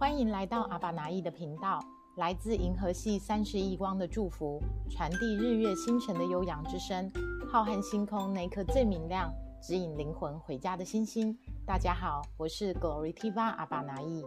欢迎来到阿爸拿意的频道，来自银河系30亿光的祝福，传递日月星辰的悠扬之声，浩瀚星空那颗最明亮，指引灵魂回家的星星。大家好，我是 Glorytiva 阿爸拿意。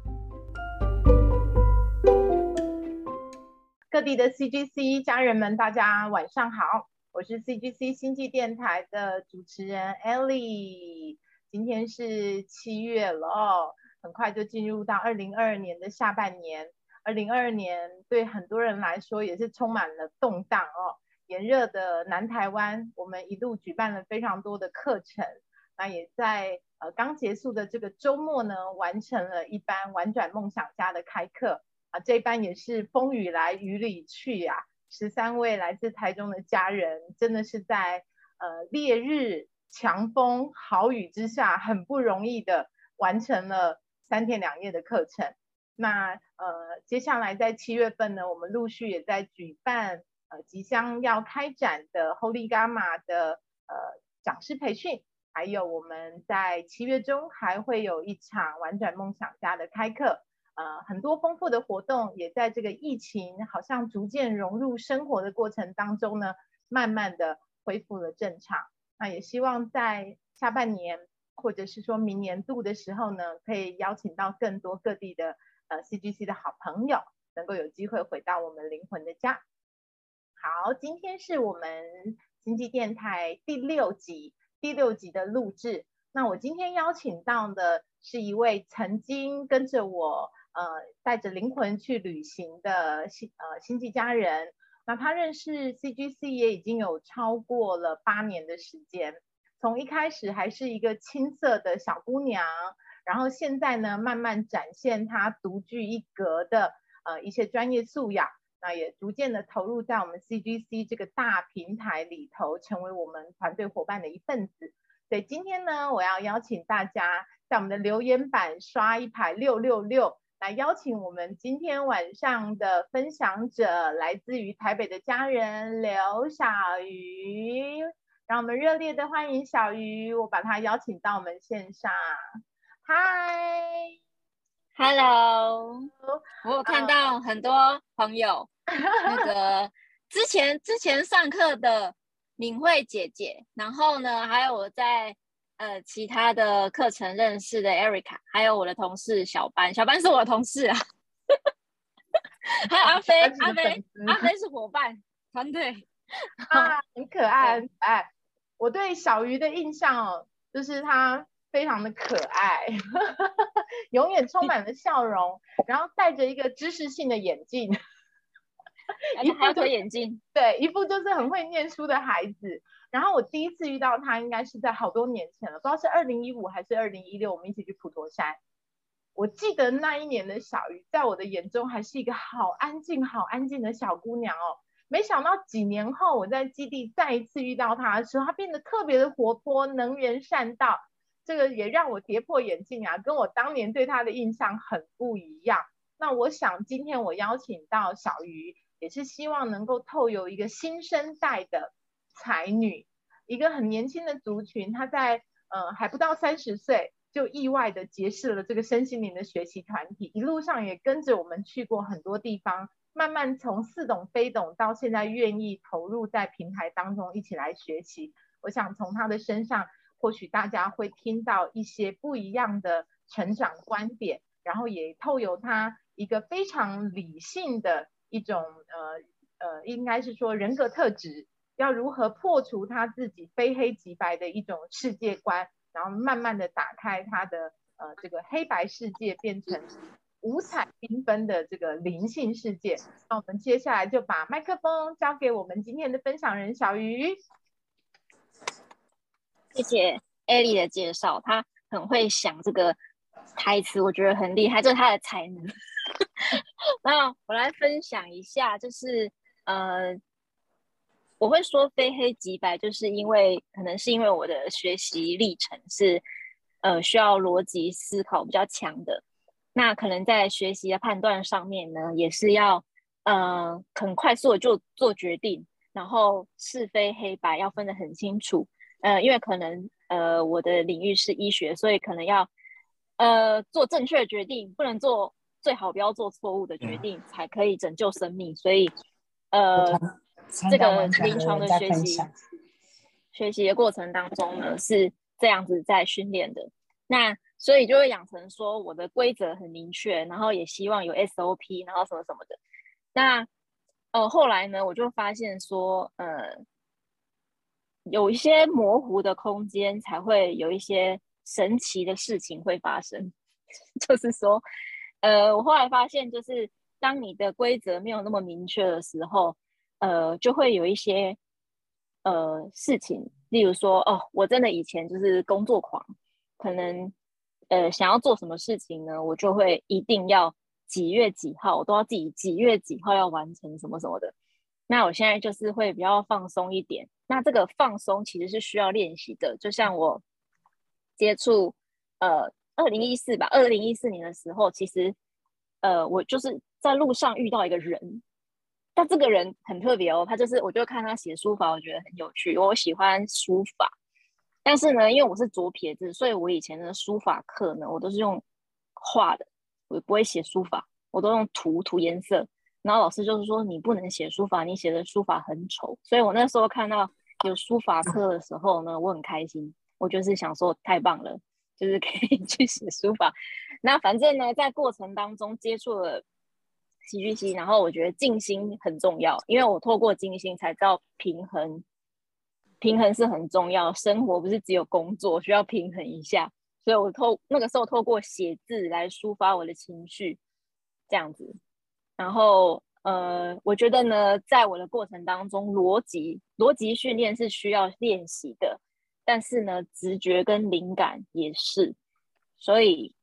各地的 CGC 家人们，大家晚上好，我是 CGC 星际电台的主持人 Ellie。今天是7月了哦，很快就进入到2022年的下半年。2022年对很多人来说也是充满了动荡哦。炎热的南台湾，我们一路举办了非常多的课程，那也在刚结束的这个周末呢，完成了一班玩转梦想家的开课啊。这一班也是风雨来雨里去啊，13位来自台中的家人，真的是在烈日强风豪雨之下，很不容易的完成了3天2夜的课程。那接下来在7月份呢，我们陆续也在举办即将要开展的 Holy Gamma 的讲师培训，还有我们在7月中还会有一场玩转梦想家的开课。很多丰富的活动也在这个疫情好像逐渐融入生活的过程当中呢，慢慢的恢复了正常。那也希望在下半年或者是说明年度的时候呢，可以邀请到更多各地的CGC 的好朋友，能够有机会回到我们灵魂的家。好，今天是我们星际电台第6集的录制。那我今天邀请到的是一位曾经跟着我带着灵魂去旅行的星际家人。那他认识 CGC 也已经有超过了8年的时间，从一开始还是一个青涩的小姑娘，然后现在呢慢慢展现她独具一格的一些专业素养，那也逐渐的投入在我们 CGC 这个大平台里头，成为我们团队伙伴的一份子。所以今天呢，我要邀请大家在我们的留言板刷一排666，来邀请我们今天晚上的分享者，来自于台北的家人刘小鱼。让我们热烈的欢迎小鱼，我把她邀请到我们线上。嗨 ，Hello， 我有看到很多朋友，那个之前上课的敏慧姐姐，然后呢，还有我在其他的课程认识的 Erica， 还有我的同事小班是我的同事啊，还有阿飞是伙伴团队啊，很可爱很可爱。我对小鱼的印象哦，就是她非常的可爱永远充满了笑容，然后戴着一个知识性的眼镜还有推眼镜， 对，一副就是很会念书的孩子。然后我第一次遇到他应该是在好多年前了，不知道是2015还是2016，我们一起去普陀山。我记得那一年的小鱼在我的眼中还是一个好安静的小姑娘哦。没想到几年后我在基地再一次遇到她的时候，她变得特别的活泼能言善道，这个也让我跌破眼镜啊，跟我当年对她的印象很不一样。那我想今天我邀请到小鱼，也是希望能够透有一个新生代的才女，一个很年轻的族群，她在还不到30岁就意外的结识了这个身心灵的学习团体，一路上也跟着我们去过很多地方，慢慢从似懂非懂到现在愿意投入在平台当中一起来学习。我想从她的身上或许大家会听到一些不一样的成长观点，然后也透有她一个非常理性的一种应该是说人格特质，要如何破除他自己非黑即白的一种世界观，然后慢慢的打开他的这个黑白世界，变成五彩缤纷的这个灵性世界。那我们接下来就把麦克风交给我们今天的分享人小鱼。 谢谢 Ellie 的介绍，她很会想这个台词，我觉得很厉害，这是她的才能那我来分享一下，就是我会说非黑即白，就是可能是因为我的学习历程是需要逻辑思考比较强的，那可能在学习的判断上面呢，也是要很快速的就做决定，然后是非黑白要分得很清楚。因为可能我的领域是医学，所以可能要做正确的决定，不能做最好不要做错误的决定，才可以拯救生命。所以这个临床的学习的过程当中呢，是这样子在训练的。那所以就会养成说我的规则很明确，然后也希望有 SOP， 然后什么什么的。那后来呢，我就发现说，有一些模糊的空间，才会有一些神奇的事情会发生。就是说，我后来发现，就是当你的规则没有那么明确的时候，就会有一些事情，例如说，我真的以前就是工作狂，可能想要做什么事情呢，我就会一定要几月几号，我都要自己几月几号要完成什么什么的。那我现在就是会比较放松一点。那这个放松其实是需要练习的，就像我接触2014年的时候，其实我就是在路上遇到一个人，但这个人很特别哦，他就是我就看他写书法，我觉得很有趣，我喜欢书法。但是呢，因为我是左撇子，所以我以前的书法课呢，我都是用画的，我不会写书法，我都用涂颜色。然后老师就是说你不能写书法，你写的书法很丑。所以我那时候看到有书法课的时候呢，我很开心，我就是想说太棒了，就是可以去写书法。那反正呢，在过程当中接触了戏剧系，然后我觉得静心很重要，因为我透过静心才知道平衡，平衡是很重要，生活不是只有工作，需要平衡一下。所以我那个时候透过写字来抒发我的情绪，这样子。然后我觉得呢，在我的过程当中，逻辑训练是需要练习的，但是呢，直觉跟灵感也是。所以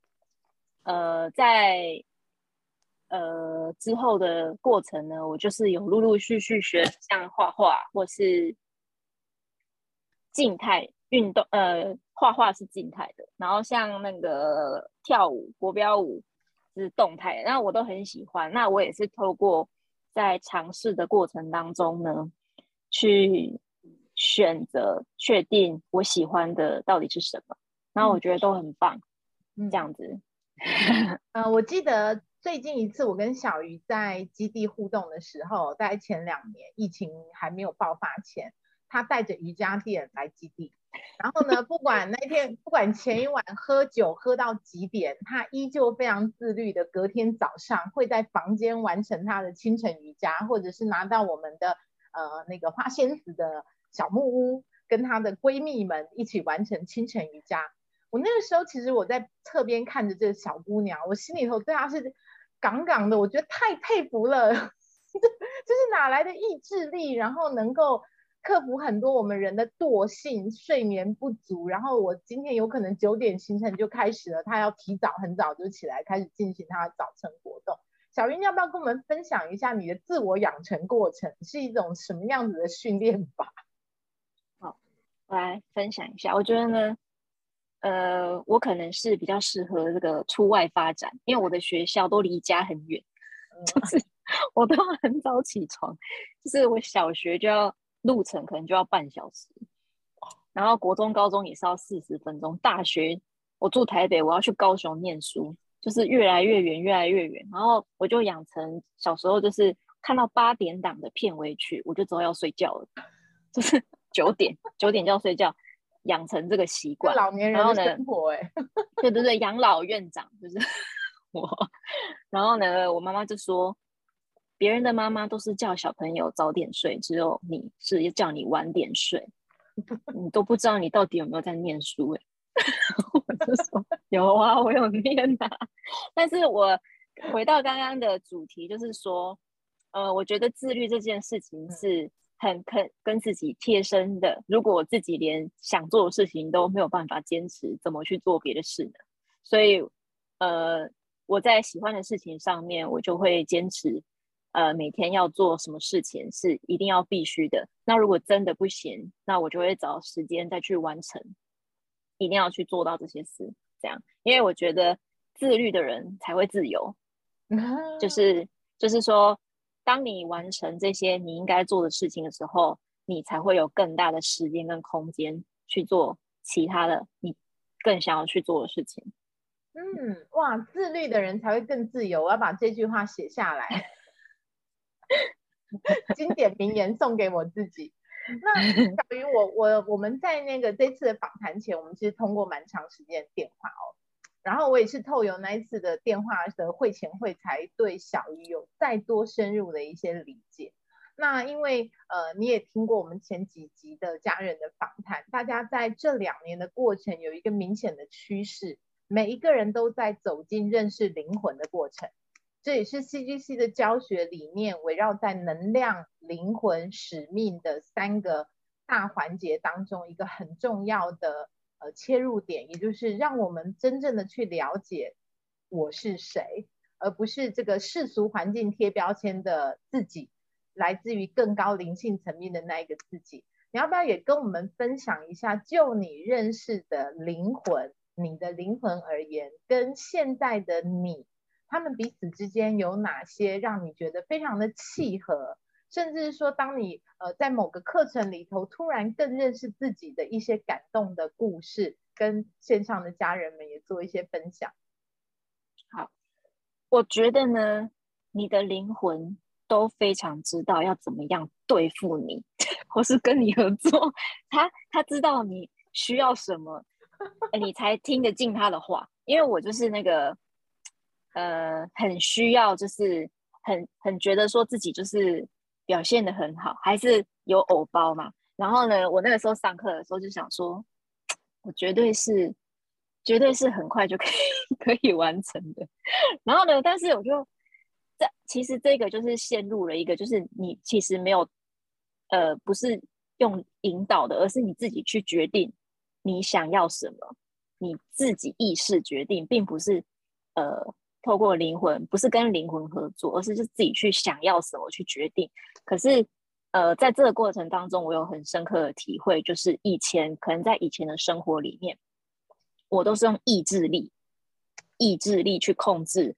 在之后的过程呢，我就是有陆陆续续学像画画或是静态运动，画画是静态的，然后像那个跳舞、国标舞是动态的，那我都很喜欢。那我也是透过在尝试的过程当中呢，去选择确定我喜欢的到底是什么，然后我觉得都很棒，这样子。 我记得最近一次我跟小鱼在基地互动的时候，大概前2年疫情还没有爆发前，他带着瑜伽垫来基地，然后呢，不管那天不管前一晚喝酒喝到几点，他依旧非常自律的，隔天早上会在房间完成他的清晨瑜伽，或者是拿到我们的那个花仙子的小木屋，跟她的闺蜜们一起完成清晨瑜伽。我那个时候其实我在侧边看着这个小姑娘，我心里头对她是杠杠的，我觉得太佩服了，这是哪来的意志力，然后能够克服很多我们人的惰性、睡眠不足，然后我今天有可能9点行程就开始了，她要提早很早就起来开始进行她的早晨活动。小云要不要跟我们分享一下你的自我养成过程是一种什么样子的训练法？ 好，我来分享一下。我觉得呢，我可能是比较适合这个出外发展，因为我的学校都离家很远，就是我都要很早起床，就是我小学就要路程可能就要半小时，然后国中、高中也是要40分钟，大学我住台北，我要去高雄念书，就是越来越远，越来越远。然后我就养成小时候就是看到8点档的片尾曲，我就知道要睡觉了，就是9点就要睡觉，养成这个习惯。 老年人的生活对对对，养老院长就是我。然后呢，我妈妈就说，别人的妈妈都是叫小朋友早点睡，只有你是叫你晚点睡，你都不知道你到底有没有在念书我就说有啊，我有念啊。但是我回到刚刚的主题，就是说，我觉得自律这件事情是很跟自己贴身的。如果我自己连想做的事情都没有办法坚持，怎么去做别的事呢？所以，我在喜欢的事情上面，我就会坚持，每天要做什么事情是一定要必须的。那如果真的不行，那我就会找时间再去完成，一定要去做到这些事。这样，因为我觉得自律的人才会自由，就是说，当你完成这些你应该做的事情的时候，你才会有更大的时间跟空间去做其他的你更想要去做的事情。 哇，自律的人才会更自由，我要把这句话写下来。经典名言送给我自己。那小鱼，我们在那个这次的访谈前，我们其实通过蛮长时间的电话哦。然后我也是透由那一次的电话的会前会，才对小鱼有再多深入的一些理解。那因为你也听过我们前几集的家人的访谈，大家在这2年的过程有一个明显的趋势，每一个人都在走进认识灵魂的过程。这也是 CGC 的教学理念，围绕在能量、灵魂、使命的3个大环节当中一个很重要的切入点，也就是让我们真正的去了解我是谁，而不是这个世俗环境贴标签的自己，来自于更高灵性层面的那一个自己。你要不要也跟我们分享一下，就你认识的灵魂，你的灵魂而言，跟现在的你，他们彼此之间有哪些让你觉得非常的契合，甚至是说当你在某个课程里头突然更认识自己的一些感动的故事，跟线上的家人们也做一些分享。 好，我觉得呢，你的灵魂都非常知道要怎么样对付你，或是跟你合作。他知道你需要什么，你才听得进他的话。因为我就是那个很需要，就是很觉得说自己就是表现得很好，还是有偶包嘛。然后呢，我那个时候上课的时候就想说，我绝对是很快就可以完成的。然后呢，但是我就其实这个就是陷入了一个，就是你其实没有不是用引导的，而是你自己去决定你想要什么，你自己意识决定，并不是透过灵魂，不是跟灵魂合作，而是就自己去想要什么去决定。可是在这个过程当中，我有很深刻的体会，就是可能在以前的生活里面，我都是用意志力去控制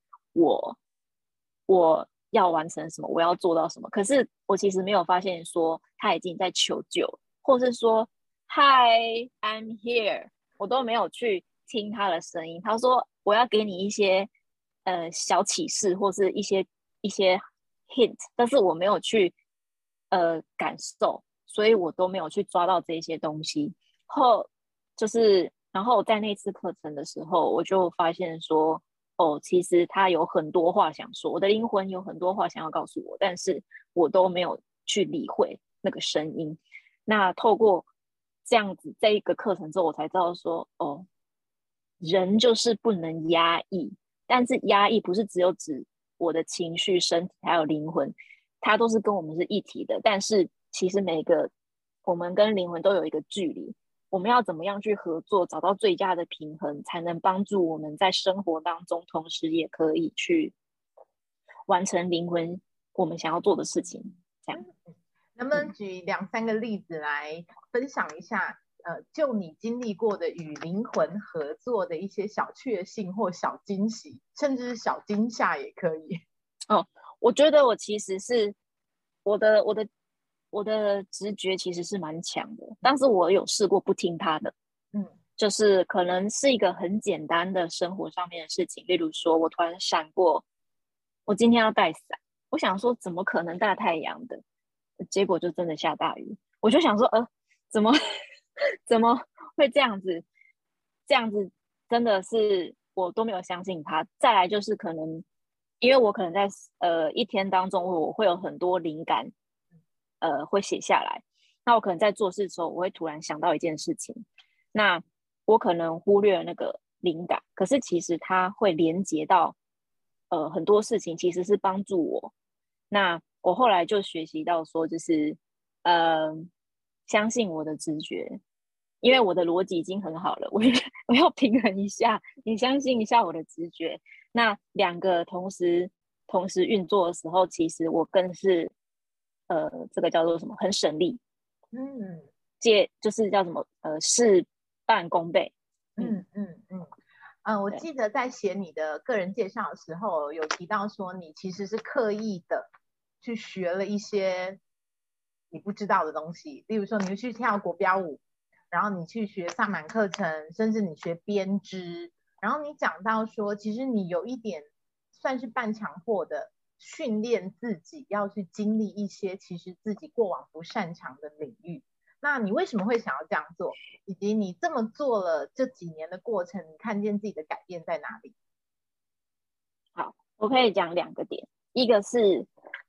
我要完成什么，我要做到什么。可是我其实没有发现说他已经在求救，或是说 Hi I'm here， 我都没有去听他的声音。他说我要给你一些小启示，或是一些 hint， 但是我没有去感受，所以我都没有去抓到这些东西。然后在那次课程的时候，我就发现说，其实他有很多话想说，我的灵魂有很多话想要告诉我，但是我都没有去理会那个声音。那透过这样子这一个课程之后，我才知道说，人就是不能压抑，但是压抑不是只有指我的情绪、身体还有灵魂，它都是跟我们是一体的。但是其实我们跟灵魂都有一个距离，我们要怎么样去合作，找到最佳的平衡，才能帮助我们在生活当中，同时也可以去完成灵魂我们想要做的事情。这样， 能不能举2、3个例子来分享一下？就你经历过的与灵魂合作的一些小确幸或小惊喜，甚至是小惊吓也可以。 我觉得我其实是我的直觉其实是蛮强的，但是我有试过不听他的，就是可能是一个很简单的生活上面的事情，例如说我突然闪过，我今天要带伞，我想说怎么可能大太阳的，结果就真的下大雨，我就想说怎么怎么会这样子？这样子真的是我都没有相信他。再来就是可能，因为我可能在一天当中，我会有很多灵感，会写下来。那我可能在做事的时候，我会突然想到一件事情，那我可能忽略了那个灵感，可是其实它会连接到很多事情，其实是帮助我。那我后来就学习到说，就是呃，相信我的直觉，因为我的逻辑已经很好了，我要平衡一下，你相信一下我的直觉。那2个同时运作的时候，其实我更是这个叫做什么，很省力，就是叫什么事半功倍。 我记得在写你的个人介绍的时候，有提到说你其实是刻意的去学了一些你不知道的东西，例如说你去跳国标舞，然后你去学萨满课程，甚至你学编织， 然后你讲到说，其实你有一点算是半强迫的训练自己，要去经历一些其实自己过往不擅长的领域。那你为什么会想要这样做？以及你这么做了这几年的过程，你看见自己的改变在哪里？ 好，我可以讲2个点，一个是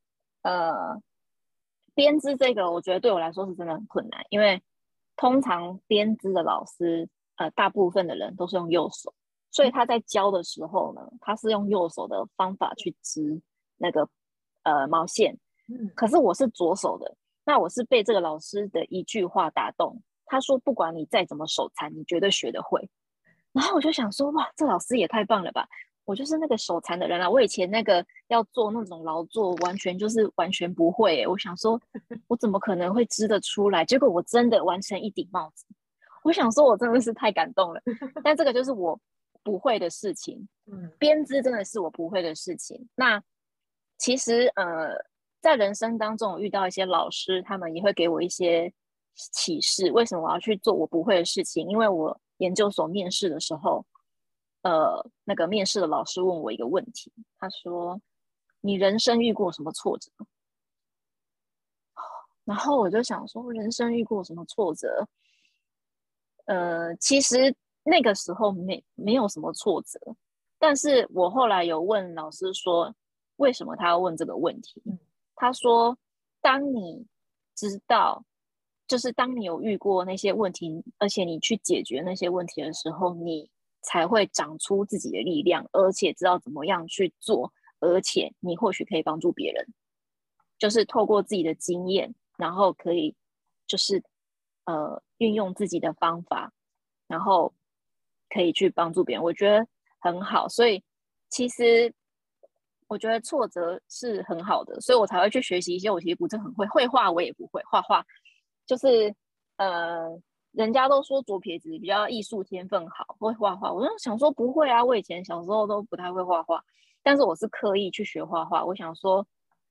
编织这个，我觉得对我来说是真的很困难，因为通常编织的老师，大部分的人都是用右手，所以他在教的时候呢，他是用右手的方法去织那个毛线，可是我是左手的，那我是被这个老师的一句话打动，他说不管你再怎么手残，你绝对学得会。然后我就想说，哇，这老师也太棒了吧！我就是那个手残的人啦，我以前那个要做那种劳作，完全不会耶。我想说，我怎么可能会织得出来？结果我真的完成一顶帽子。我想说，我真的是太感动了。但这个就是我不会的事情，编织真的是我不会的事情。那其实在人生当中，我遇到一些老师，他们也会给我一些启示，为什么我要去做我不会的事情？因为我研究所面试的时候，那个面试的老师问我一个问题，他说：“你人生遇过什么挫折？”然后我就想说，人生遇过什么挫折？其实那个时候没有什么挫折，但是我后来有问老师说，为什么他要问这个问题？他说，当你知道，就是当你有遇过那些问题，而且你去解决那些问题的时候，你才会长出自己的力量，而且知道怎么样去做，而且你或许可以帮助别人，就是透过自己的经验，然后可以就是运用自己的方法，然后可以去帮助别人，我觉得很好。所以其实我觉得挫折是很好的，所以我才会去学习一些我其实不是很会，绘画我也不会，画画就是人家都说左撇子比较艺术天分好，会画画，我就想说不会啊，我以前小时候都不太会画画，但是我是刻意去学画画，我想说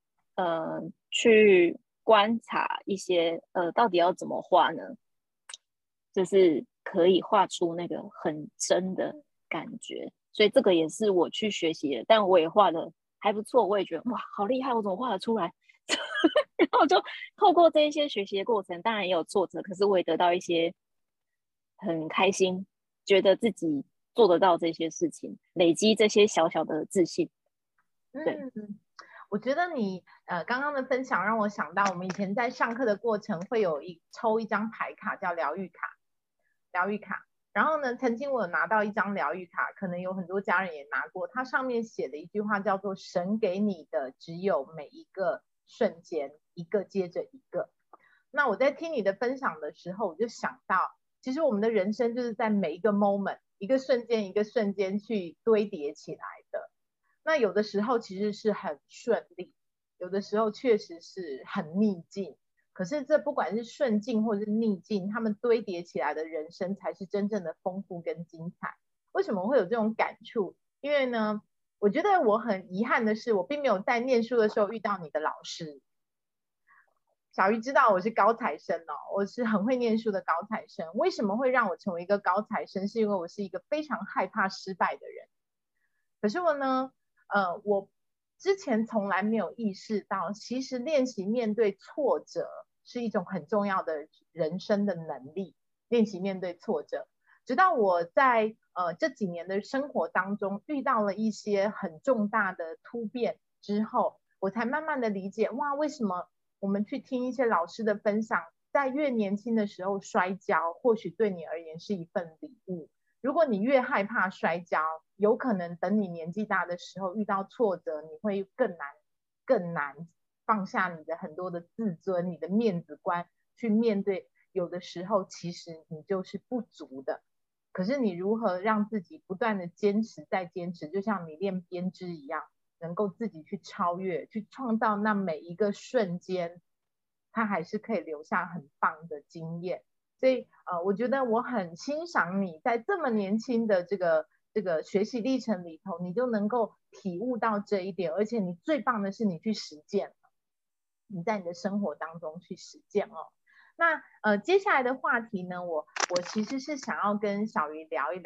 去观察一些到底要怎么画呢？就是可以画出那个很真的感觉，所以这个也是我去学习的，但我也画的还不错，我也觉得哇好厉害，我怎么画得出来？然后就透过这一些学习的过程，当然也有挫折，可是我也得到一些很开心，觉得自己做得到这些事情，累积这些小小的自信。对， 我觉得你刚刚的分享让我想到，我们以前在上课的过程会有抽一张牌卡叫疗愈卡，疗愈卡。然后呢，曾经我有拿到一张疗愈卡，可能有很多家人也拿过，它上面写的一句话叫做神给你的只有每一个瞬间，一个接着一个。那我在听你的分享的时候，我就想到，其实我们的人生就是在每一个 moment，一个瞬间一个瞬间去堆叠起来的。那有的时候其实是很顺利，有的时候确实是很逆境。可是这不管是顺境或是逆境，他们堆叠起来的人生才是真正的丰富跟精彩。为什么会有这种感触？因为呢，我觉得我很遗憾的是，我并没有在念书的时候遇到你的老师。小鱼知道我是高材生哦，我是很会念书的高材生。为什么会让我成为一个高材生？是因为我是一个非常害怕失败的人。可是我呢，我之前从来没有意识到，其实练习面对挫折是一种很重要的人生的能力。练习面对挫折，直到我在这几年的生活当中遇到了一些很重大的突变之后，我才慢慢的理解，哇，为什么我们去听一些老师的分享，在越年轻的时候摔跤，或许对你而言是一份礼物。如果你越害怕摔跤，有可能等你年纪大的时候遇到挫折，你会更难放下你的很多的自尊、你的面子观去面对。有的时候其实你就是不足的，可是你如何让自己不断的坚持再坚持，就像你练编织一样，能够自己去超越，去创造那每一个瞬间，它还是可以留下很棒的经验。所以我觉得我很欣赏你在这么年轻的这个学习历程里头，你就能够体悟到这一点，而且你最棒的是你去实践了，你在你的生活当中去实践哦。那接下来的话题呢，我其实是想要跟小鱼聊一聊。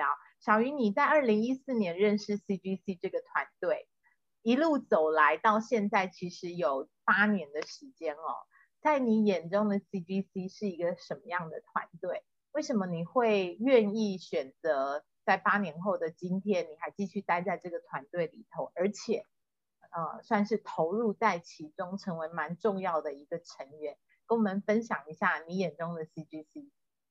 小鱼，你在2014年认识 CGC 这个团队，一路走来到现在，其实有8年的时间哦。在你眼中的 CGC 是一个什么样的团队？为什么你会愿意选择在8年后的今天，你还继续待在这个团队里头，而且算是投入在其中，成为蛮重要的一个成员？跟我们分享一下你眼中的 CGC。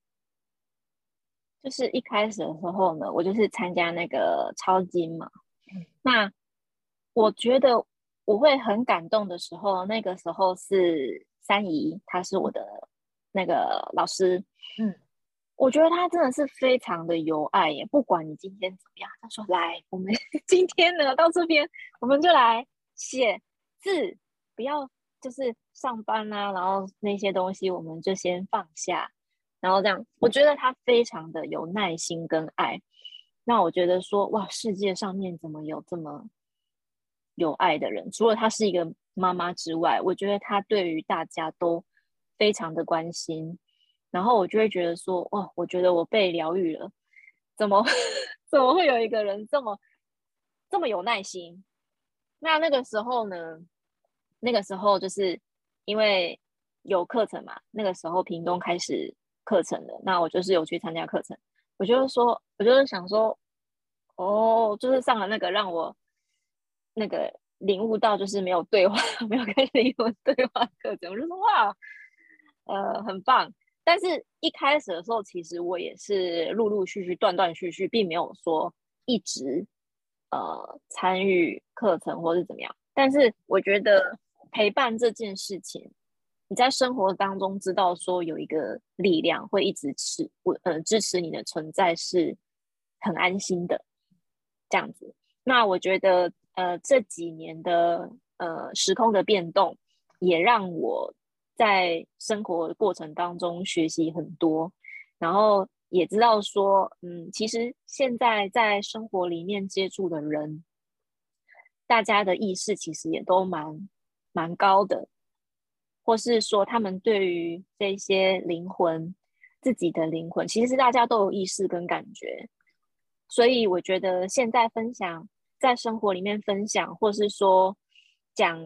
就是一开始的时候呢，我就是参加那个超金嘛。那我觉得我会很感动的时候，那个时候是三姨，她是我的那个老师。我觉得她真的是非常的有爱耶，不管你今天怎么样，她说来，我们今天呢到这边，我们就来写字，不要就是上班啊，然后那些东西我们就先放下，然后这样，我觉得她非常的有耐心跟爱。那我觉得说，哇，世界上面怎么有这么有爱的人？除了她是一个妈妈之外，我觉得她对于大家都非常的关心。然后我就会觉得说，哇，我觉得我被疗愈了。怎么怎么会有一个人这么有耐心？那个时候呢？那个时候就是因为有课程嘛，那个时候屏东开始课程了，那我就是有去参加课程。我就是说，我就是想说，哦，就是上了那个让我那个领悟到，就是没有对话，没有跟灵魂对话课程，我就说哇，很棒。但是一开始的时候，其实我也是陆陆续续、断断续续，并没有说一直参与课程或是怎么样。但是我觉得陪伴这件事情，你在生活当中知道说有一个力量会一直支持你的存在，是很安心的这样子。那我觉得这几年的时空的变动，也让我在生活的过程当中学习很多，然后也知道说，其实现在在生活里面接触的人，大家的意识其实也都蛮高的，或是说他们对于这些灵魂，自己的灵魂，其实大家都有意识跟感觉。所以我觉得现在分享，在生活里面分享，或是说讲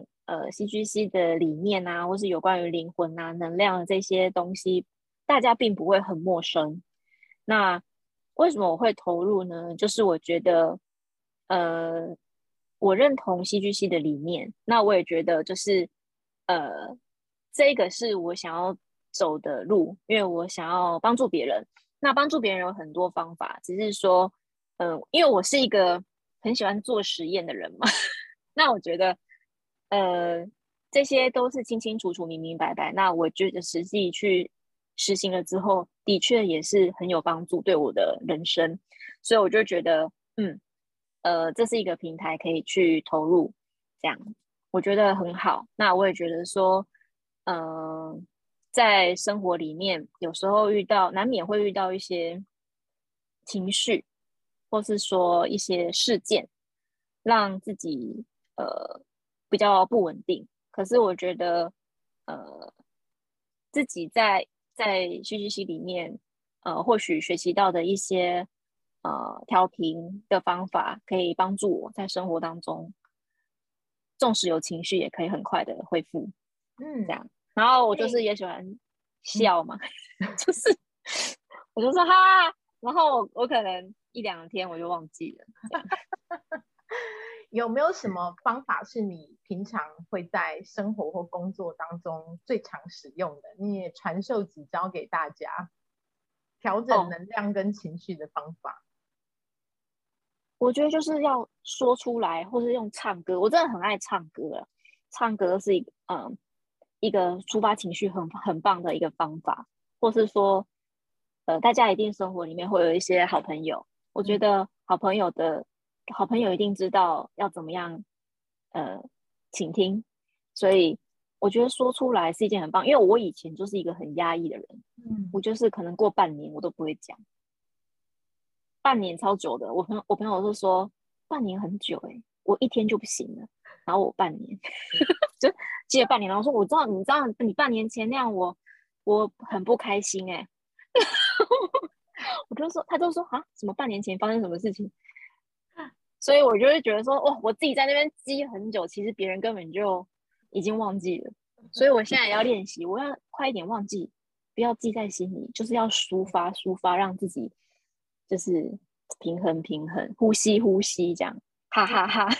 CGC 的理念啊，或是有关于灵魂啊、能量的这些东西，大家并不会很陌生。那为什么我会投入呢？就是我觉得，呃，我认同 CGC 的理念，那我也觉得就是呃，这个是我想要走的路，因为我想要帮助别人。那帮助别人有很多方法，只是说，因为我是一个很喜欢做实验的人嘛，那我觉得，呃，这些都是清清楚楚、明明白白。那我觉得实际去实行了之后，的确也是很有帮助对我的人生，所以我就觉得，这是一个平台可以去投入，这样我觉得很好。那我也觉得说，呃，在生活里面有时候难免会遇到一些情绪，或是说一些事件，让自己比较不稳定。可是我觉得，呃，自己在 CGC 里面，或许学习到的一些调频的方法，可以帮助我在生活当中，纵使有情绪，也可以很快的恢复。这样。然后我就是也喜欢笑嘛，就是我就说哈，然后我可能1-2天我就忘记了。 有没有什么方法是你平常会在生活或工作当中最常使用的？你也传授几招给大家，调整能量跟情绪的方法。 我觉得就是要说出来，或是用唱歌。我真的很爱唱歌，唱歌是一个抒发情绪很棒的一个方法。或是说，大家一定生活里面会有一些好朋友，我觉得好朋友一定知道要怎么样倾听，所以我觉得说出来是一件很棒。因为我以前就是一个很压抑的人，我就是可能过半年我都不会讲。半年超久的，我朋友是说半年很久我1天就不行了，然后我半年就记了半年，然后说你知道你半年前那样我很不开心我就说，他就说啊，什么半年前发生什么事情？所以我就会觉得说，哇，我自己在那边积很久，其实别人根本就已经忘记了。所以我现在也要练习，我要快一点忘记，不要记在心里，就是要抒发抒发，让自己就是平衡，呼吸呼吸这样，哈哈哈。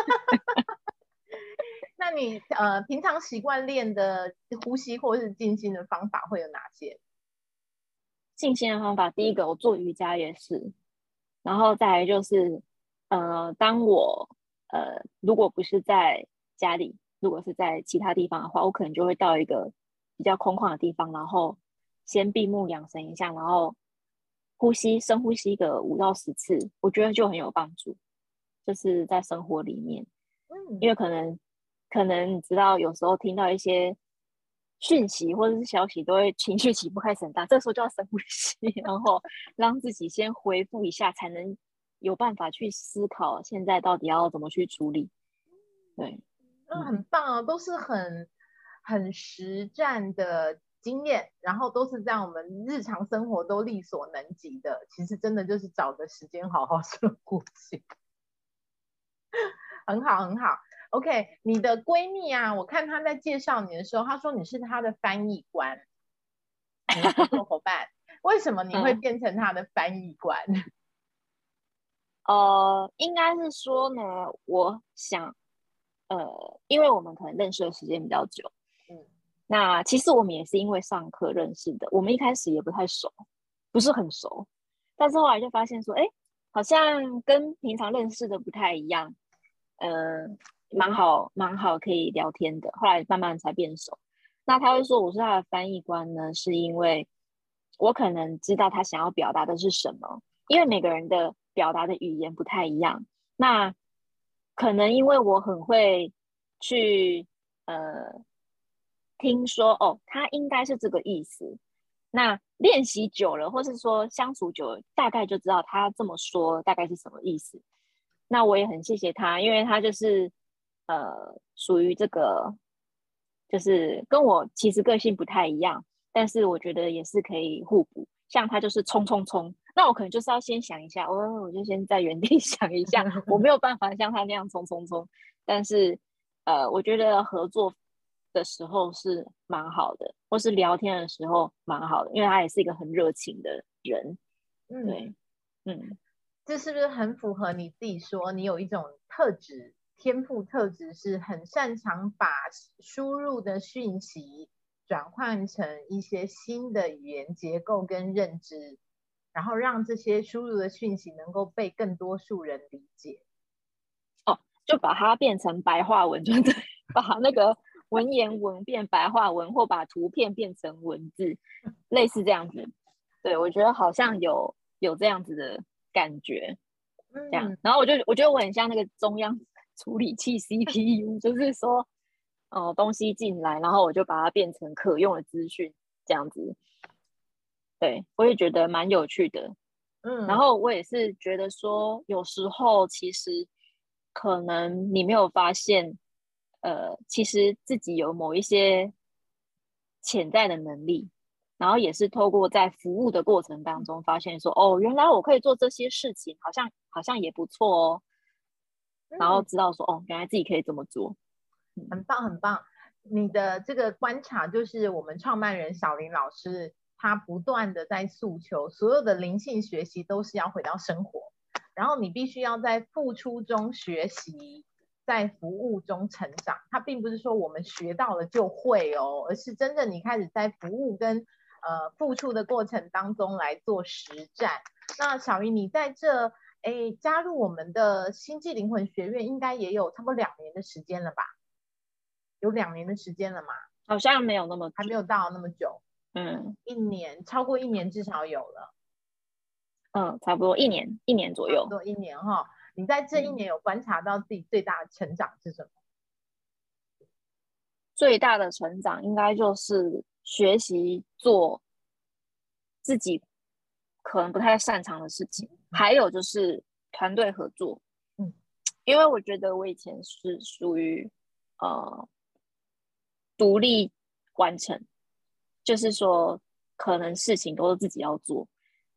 那你平常习惯练的呼吸或是静心的方法会有哪些？ 静心的方法，第一个我做瑜伽也是，然后再来就是当我如果不是在家里，如果是在其他地方的话，我可能就会到一个比较空旷的地方，然后先闭目养神一下，然后呼吸深呼吸个5到10次，我觉得就很有帮助。就是在生活里面，因为可能你知道，有时候听到一些讯息或者是消息，都会情绪起伏开始很大，这时候就要深呼吸，然后让自己先恢复一下，才能有办法去思考现在到底要怎么去处理。对， 很棒哦，都是很实战的经验，然后都是在我们日常生活都力所能及的。其实真的就是找个时间好好深呼吸，很好很好。OK，你的闺蜜啊，我看她在介绍你的时候，她说你是她的翻译官，你的合作伙伴。为什么你会变成她的翻译官？ 应该是说呢，我想，因为我们可能认识的时间比较久，那其实我们也是因为上课认识的，我们一开始也不太熟，不是很熟，但是后来就发现说，哎，好像跟平常认识的不太一样，呃，蛮好可以聊天的，后来慢慢才变熟。那他会说我是他的翻译官呢，是因为我可能知道他想要表达的是什么，因为每个人的表达的语言不太一样，那可能因为我很会去听说哦，他应该是这个意思。那练习久了，或是说相处久了，大概就知道他这么说大概是什么意思。那我也很谢谢他，因为他就是属于这个，就是跟我其实个性不太一样，但是我觉得也是可以互补。像他就是冲冲冲，那我可能就是要先想一下，我就先在原地想一下，我没有办法像他那样冲冲冲。但是我觉得合作的时候是蛮好的，或是聊天的时候蛮好的，因为他也是一个很热情的人。对， 这是不是很符合你自己说你有一种特质，天赋特质是很擅长把输入的讯息转换成一些新的语言结构跟认知，然后让这些输入的讯息能够被更多数人理解。 哦，就把它变成白话文，就对，把那个文言文变白话文，或把图片变成文字，类似这样子。对，我觉得好像有这样子的感觉，这样。然后我觉得我很像那个中央处理器 CPU，就是说，东西进来，然后我就把它变成可用的资讯，这样子。对，我也觉得蛮有趣的。然后我也是觉得说，有时候其实可能你没有发现，其实自己有某一些潜在的能力，然后也是透过在服务的过程当中发现说，哦，原来我可以做这些事情，好像也不错哦。然后知道说，哦，原来自己可以这么做， 很棒很棒。你的这个观察就是我们创办人小林老师，他不断的在诉求，所有的灵性学习都是要回到生活，然后你必须要在付出中学习，在服务中成长。他并不是说我们学到了就会哦，而是真正你开始在服务跟付出的过程当中来做实战。那小云，你在这加入我们的星际灵魂学院，应该也有差不多2年的时间了吧？有2年的时间了嘛？ 好像没有那么久， 还没有到那么久。1年，超过1年至少有了。 差不多一年左右。 差不多1年哈。你在这1年有观察到自己最大的成长是什么？ 最大的成长应该就是学习做自己可能不太擅长的事情，还有就是团队合作。因为我觉得我以前是属于独立完成，就是说可能事情都是自己要做，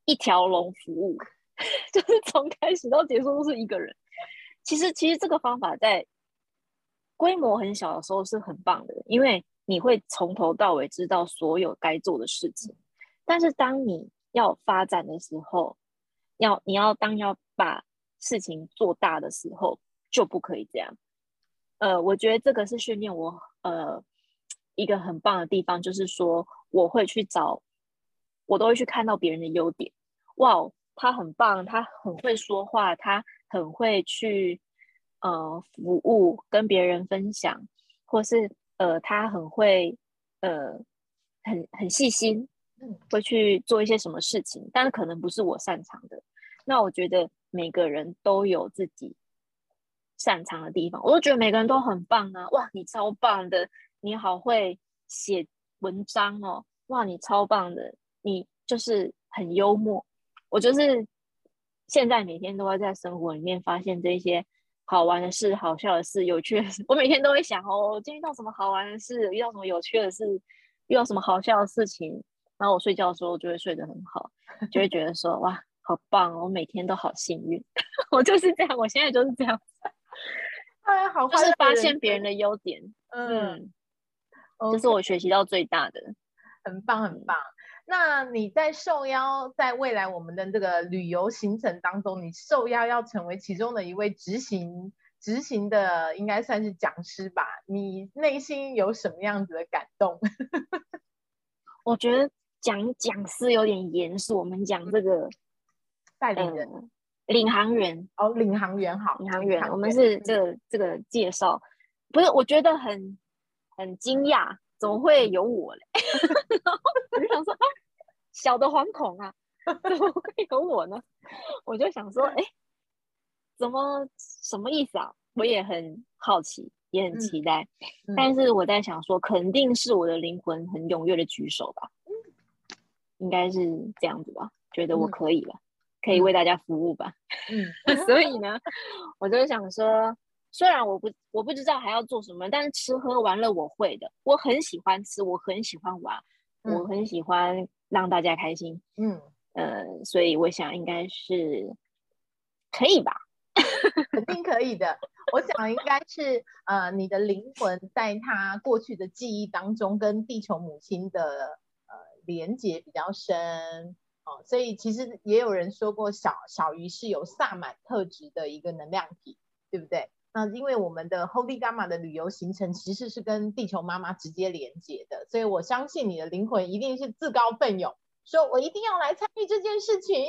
一条龙服务，就是从开始到结束都是一个人。其实这个方法在规模很小的时候是很棒的，因为你会从头到尾知道所有该做的事情。但是当你要发展的时候，你要把事情做大的时候，就不可以这样。我觉得这个是训练我一个很棒的地方，就是说我都会去看到别人的优点。哇，他很棒，他很会说话，他很会去服务，跟别人分享，或是他很会很细心，会去做一些什么事情，但是可能不是我擅长的。那我觉得每个人都有自己擅长的地方，我都觉得每个人都很棒啊！哇，你超棒的，你好会写文章哦，哇，你超棒的，你就是很幽默。我就是现在每天都会在生活里面发现这些好玩的事、好笑的事、有趣的事。我每天都会想哦，我今天遇到什么好玩的事，遇到什么有趣的事，遇到什么好笑的事情，然后我睡觉的时候就会睡得很好，就会觉得说哇，好棒哦，我每天都好幸运。我就是这样，我现在就是这样。 好就是发现别人的优点，这是我学习到最大的。 很棒很棒。那你在受邀在未来我们的这个旅游行程当中，你受邀要成为其中的一位执行的，应该算是讲师吧？你内心有什么样子的感动？ 我觉得讲师有点严肃，我们讲这个代理人。 领航员哦，领航员好， 领航员，我们是这个介绍，不是，我觉得很惊讶，怎么会有我嘞？然后我就想说，小的惶恐啊，怎么会有我呢？我就想说，什么意思啊？我也很好奇，也很期待，但是我在想说，肯定是我的灵魂很踊跃的举手吧，应该是这样子吧，觉得我可以吧。可以为大家服务吧，所以呢，我就想说，虽然我不知道还要做什么，但是吃喝玩乐我会的，我很喜欢吃，我很喜欢玩，我很喜欢让大家开心，所以我想应该是可以吧， 肯定可以的。我想应该是你的灵魂在他过去的记忆当中，跟地球母亲的连结比较深。所以其实也有人说过小鱼是有萨满特质的一个能量体，对不对？那因为我们的 Holy Gamma 的旅游行程其实是跟地球妈妈直接连接的，所以我相信你的灵魂一定是自告奋勇，说我一定要来参与这件事情。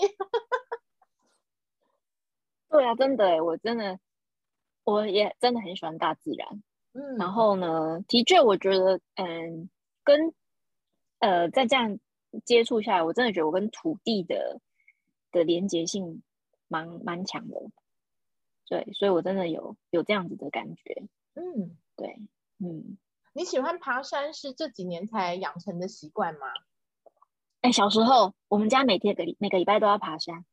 对啊，真的我也真的很喜欢大自然。然后呢，的确我觉得跟再这样接触下来，我真的觉得我跟土地的连结性蛮强的，对，所以我真的有这样子的感觉，对， 你喜欢爬山是这几年才养成的习惯吗？ 小时候我们家每个礼拜都要爬山，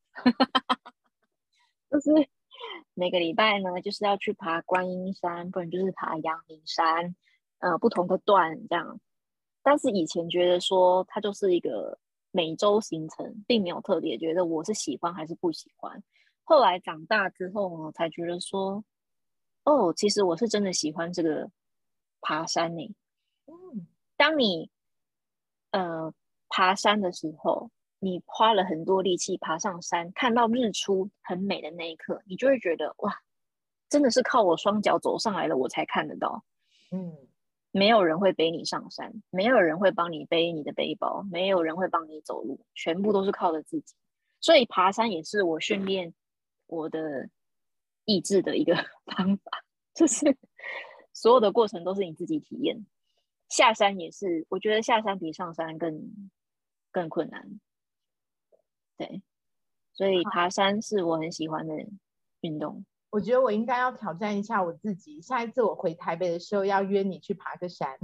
就是每个礼拜呢，就是要去爬观音山，不然就是爬阳明山，不同的段这样。但是以前觉得说它就是一个每周行程，并没有特别觉得我是喜欢还是不喜欢。后来长大之后呢，才觉得说，哦，其实我是真的喜欢这个爬山呢。当你爬山的时候，你花了很多力气爬上山，看到日出很美的那一刻，你就会觉得哇，真的是靠我双脚走上来了，我才看得到。没有人会背你上山，没有人会帮你背你的背包，没有人会帮你走路，全部都是靠着自己。所以爬山也是我训练我的意志的一个方法，就是所有的过程都是你自己体验。下山也是，我觉得下山比上山更困难。对，所以爬山是我很喜欢的运动。 我觉得我应该要挑战一下我自己，下一次我回台北的时候要约你去爬个山。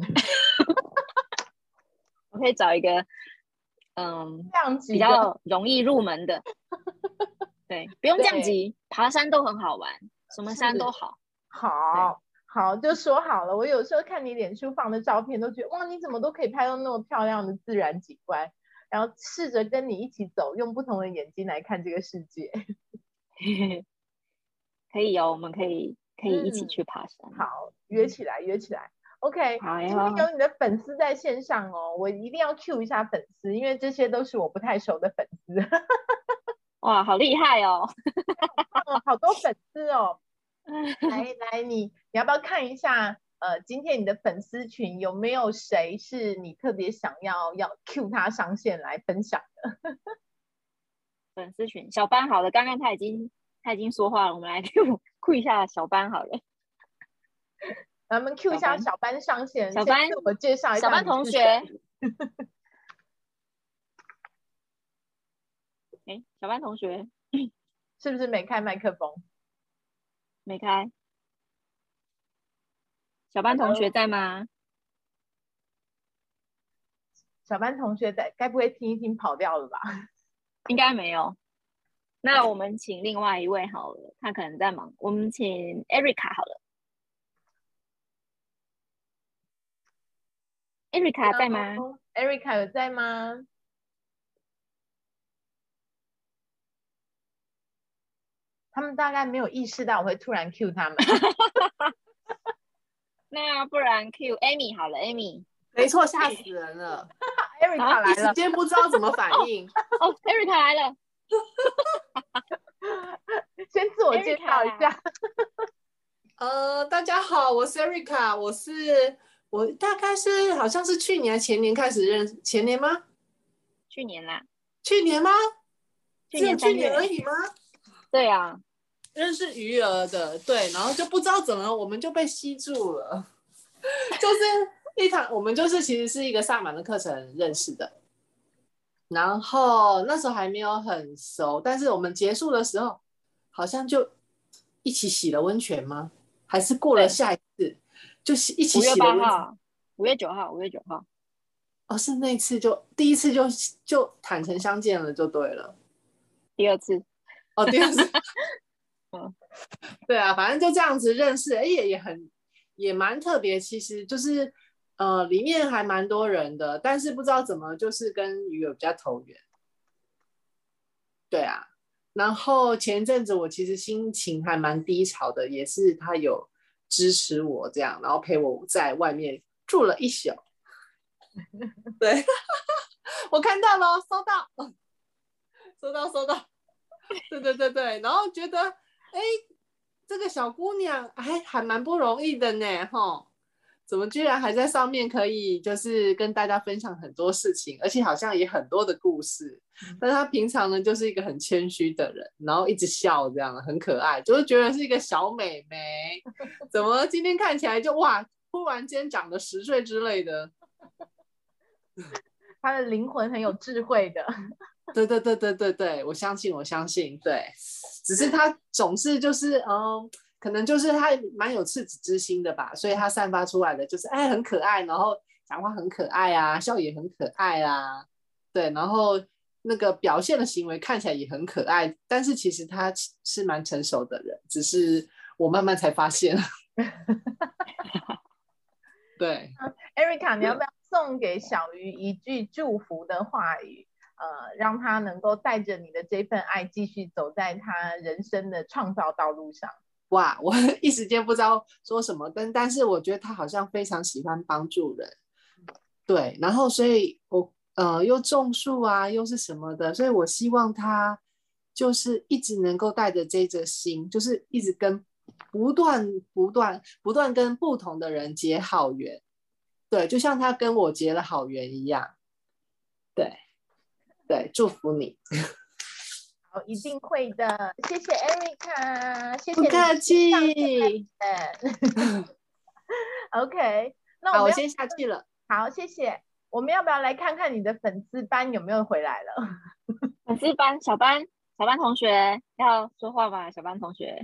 我可以找一个比较容易入门的，对，不用降级，爬山都很好玩，什么山都好。 好，就说好了。我有时候看你脸书放的照片，都觉得哇，你怎么都可以拍到那么漂亮的自然景观。 然后试着跟你一起走，用不同的眼睛来看这个世界。 可以哦，我们可以一起去爬山。 好，约起来。OK， 好今天有你的粉丝在线上哦，我一定要 cue 一下粉丝，因为这些都是我不太熟的粉丝。 哇，好厉害哦！ 好多粉丝哦。来，你要不要看一下？今天你的粉丝群有没有谁是你特别想要 cue 他上线来分享的？ 粉丝群小班好了，刚刚他已经说话了，我们来 cue 一下小班好了。 咱们 cue 一下小班上线， 小班， 我介绍一下小班同学。小班同学是不是没开麦克风？ 没开。小班同学在吗？ 小班同学在，该不会听一听跑掉了吧？ 应该没有。那我们请另外一位好了，他可能在忙。我们请 Erica 好了。Erica 在吗 ？Erica 有在吗？他们大概没有意识到我会突然 cue 他们。 那不然 cue Amy 好了 ，Amy。 没错，吓死人了。 Erica 来了， 一时间不知道怎么反应。 哦 ，Erica 来了。 先自我介绍一下。 大家好，我是 Erica，我大概是好像是去年前年开始认识，前年吗？ 去年啦。 去年吗？ 去年只有去年而已吗？ 对啊， 认识余额的，对，然后就不知道怎么我们就被吸住了，就是我们就是其实是一个萨满的课程认识的，然后那时候还没有很熟，但是我们结束的时候好像就一起洗了温泉吗？还是过了下一次就是一起洗了温泉 ？5月9号，5月9号。 哦，是那次第一次就坦诚相见了就对了。 第二次。 哦，第二次。对啊，反正就这样子认识，也蛮特别。其实就是里面还蛮多人的，但是不知道怎么就是跟鱼友比较投缘。对啊，然后前一阵子我其实心情还蛮低潮的，也是他有支持我这样，然后陪我在外面住了一宿。对，我看到了，收到。对，然后觉得这个小姑娘还蛮不容易的呢，齁，怎么居然还在上面可以就是跟大家分享很多事情，而且好像也很多的故事。但她平常呢就是一个很谦虚的人，然后一直笑这样，很可爱，就是觉得是一个小美眉。怎么今天看起来就哇，忽然间长了10岁之类的。 她的灵魂很有智慧的。 对，我相信，对，只是他总是就是可能就是他蛮有赤子之心的吧，所以他散发出来的就是很可爱，然后讲话很可爱啊，笑也很可爱啊，对，然后那个表现的行为看起来也很可爱，但是其实他是蛮成熟的人，只是我慢慢才发现。对 ，Erica， 你要不要送给小鱼一句祝福的话语？让他能够带着你的这份爱继续走在他人生的创造道路上。 哇，我一时间不知道说什么，但是我觉得他好像非常喜欢帮助人，对，然后所以我又种树啊，又是什么的，所以我希望他就是一直能够带着这个心，就是一直跟不断跟不同的人结好缘，对，就像他跟我结了好缘一样，对，祝福你。 好，一定会的，谢谢 Erica， 谢谢你。 不客气。 OK， 那我先下去了。 好，谢谢。我们要不要来看看你的粉丝班有没有回来了？ 粉丝班，小班同学要说话吗？小班同学，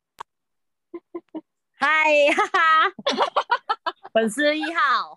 嗨，哈哈，粉丝1号。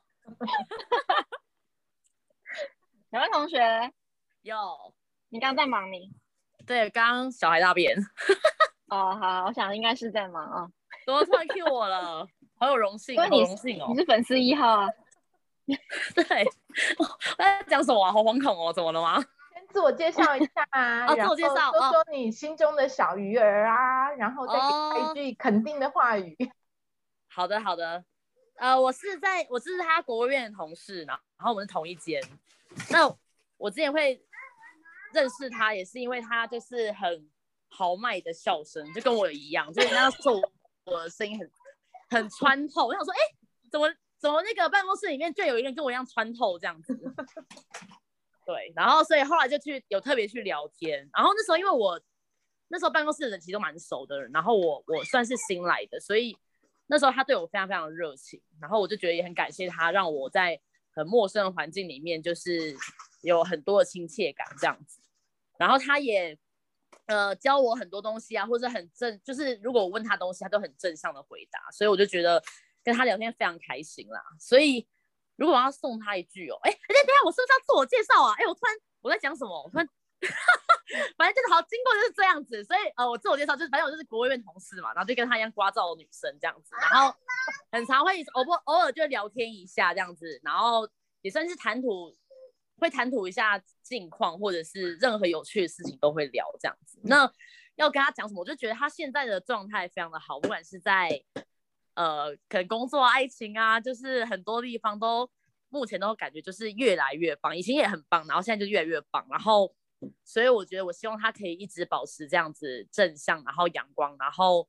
小班同学， 有， 你刚刚在忙你？ 对，刚小孩大便。 哦，好，我想应该是在忙啊。 怎么突然 cue 我了？好有荣幸，好荣幸哦！ 你是粉丝1号啊？ 对，我在讲什么啊？好惶恐哦，怎么了吗？ 先自我介绍一下啊， 自我介绍， 说说你心中的小鱼儿啊，然后再给他一句肯定的话语。 好的，好的。我是他国务院的同事，然后我们是同一间。那我之前会认识他，也是因为他就是很豪迈的笑声，就跟我一样，就是那时候我的声音很穿透。我想说，怎么那个办公室里面就有一个人跟我一样穿透这样子？对，然后所以后来就有特别去聊天。然后那时候因为我那时候办公室的人其实都蛮熟的人，然后我算是新来的，所以那时候他对我非常非常热情，然后我就觉得也很感谢他，让我在很陌生的环境里面就是有很多的亲切感这样子。然后他也教我很多东西啊，或者就是如果我问他东西，他都很正向的回答，所以我就觉得跟他聊天非常开心啦。所以如果我要送他一句哦，等一下，我是不是要自我介绍啊？我在讲什么？我突然反正就是好，经过就是这样子，所以我自我介绍就是，反正我就是国务院同事嘛，然后就跟他一样聒噪的女生这样子，然后很常会偶尔就聊天一下这样子，然后也算是会谈吐一下近况，或者是任何有趣的事情都会聊这样子。那要跟他讲什么，我就觉得他现在的状态非常的好，不管是在可能工作、爱情啊，就是很多地方都目前都感觉就是越来越棒，以前也很棒，然后现在就越来越棒，然后所以我觉得我希望他可以一直保持这样子正向，然后阳光，然后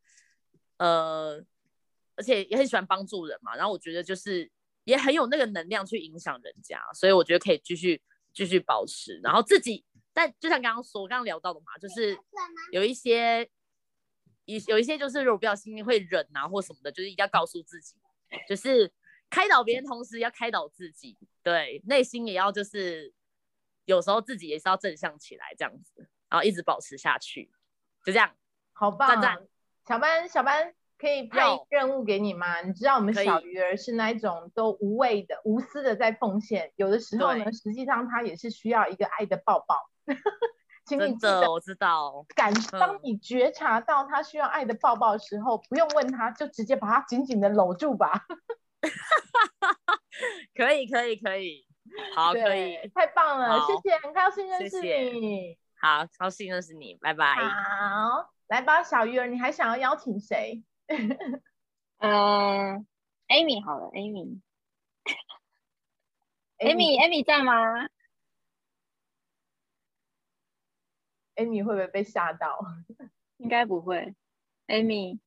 而且也很喜欢帮助人嘛，然后我觉得就是也很有那个能量去影响人家，所以我觉得可以继续保持，然后自己，但就像刚刚聊到的嘛，就是有一些就是如果不小心会忍啊或什么的，就是一定要告诉自己，就是开导别人同时要开导自己，对，内心也要就是有时候自己也是要正向起来这样子，然后一直保持下去，就这样。 好棒！ 赞小班可以派任务给你吗？你知道我们小鱼儿是那一种都无畏的、无私的在奉献，有的时候呢，实际上他也是需要一个爱的抱抱。请你记得， 我知道。 当你觉察到他需要爱的抱抱的时候，不用问他，就直接把他紧紧的搂住吧。 可以，好，可以， 太棒了，谢谢，很高兴认识你。 谢谢，好，高兴认识你，拜拜。 好，来吧，小鱼儿，你还想要邀请谁 ？Amy 好了，Amy 在吗 ？Amy 会不会被吓到？ 应该不会。Amy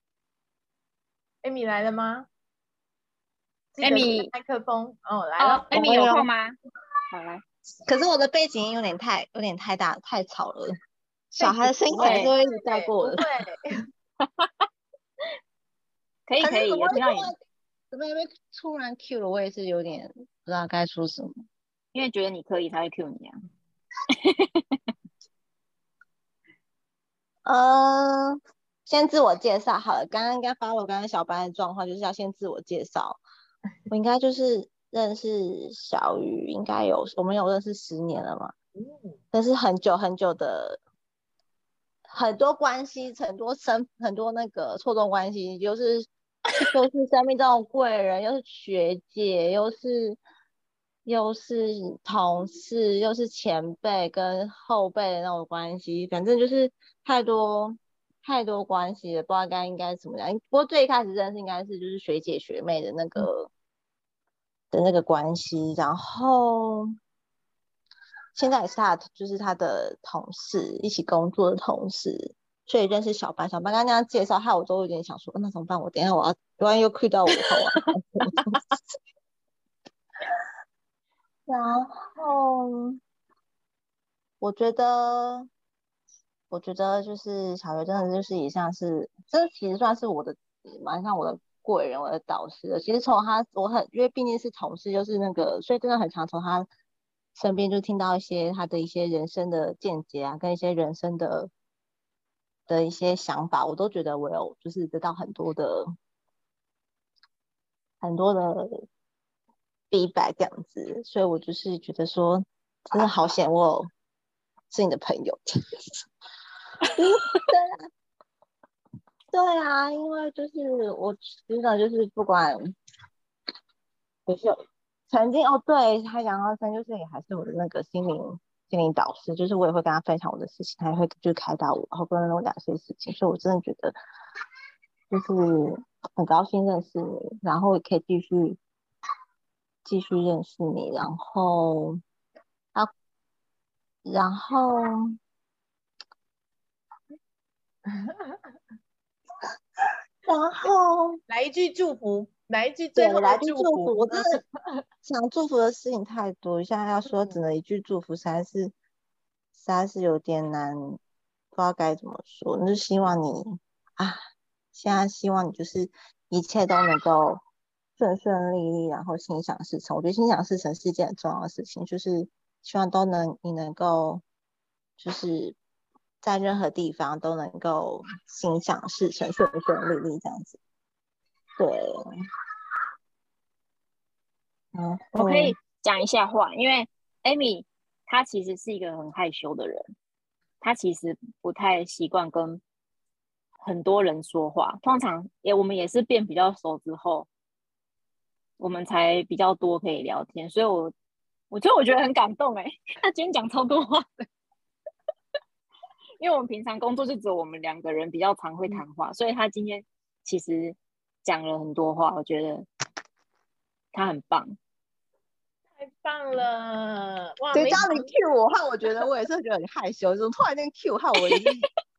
来了吗 ？Amy 麦克风来了。 Amy 有空吗？好来。 可是我的背景音有点太大，太吵了，小孩的声音还是会一直带过的。 可以，有听到你。 怎么被突然 Q 了？我也是有点不知道该说什么， 因为觉得你可以才会 Q 你啊。 先自我介绍好了。刚刚应该follow刚刚小班的状况，就是要先自我介绍。我应该就是认识小鱼，我们有认识10年了嘛，但是很久很久的很多关系，很多那个错综关系，就是生命中的贵人，又是学姐，又是同事，又是前辈跟后辈的那种关系，反正就是太多关系了，不知道应该怎么样。不过最一开始认识应该是就是学姐学妹的那个关系，然后现在也是他的同事，一起工作的同事，所以认识小班刚刚那样介绍，害我都有点想说，那怎么办？我等一下万一又 Q 到我后啊。然后我觉得就是小学真的就是也像是，这其实算是蛮像我的贵人，我的导师的。其实从因为毕竟是同事，就是那个，所以真的很常从他身边就听到他的一些人生的见解啊，跟一些人生的一些想法，我都觉得我有就是得到很多的feedback 这样子，所以我就是觉得说，真的好险我是你的朋友。对啊，因为就是我真的就是不管曾经对，他杨浩森就是也还是我的那个心灵导师，就是我也会跟他分享我的事情，他也会就开导我，然后跟我讲一些事情，所以我真的觉得就是很高兴认识你，然后也可以继续认识你，然后然后来一句祝福，来一句对， 最后来的祝福。 句祝福，我真的想祝福的事情太多，现在要说只能一句祝福，实在是有点难，不知道该怎么说。那就希望你现在希望你就是一切都能够顺顺利利，然后心想事成。我觉得心想事成是一件很重要的事情，就是希望你能够就是在任何地方都能够心想事成，顺顺利利这样子。对， 我可以讲一下话，因为 Amy 她其实是一个很害羞的人，她其实不太习惯跟很多人说话，通常我们也是变比较熟之后，我们才比较多可以聊天，所以我觉得很感动他今天讲超多话的，因为我们平常工作就只有我们2个人比较常会谈话，所以他今天其实讲了很多话，我觉得他很棒。 太棒了！哇， 对，当你 cue 我话，我觉得我也是觉得很害羞，怎么突然间 cue 号我也是，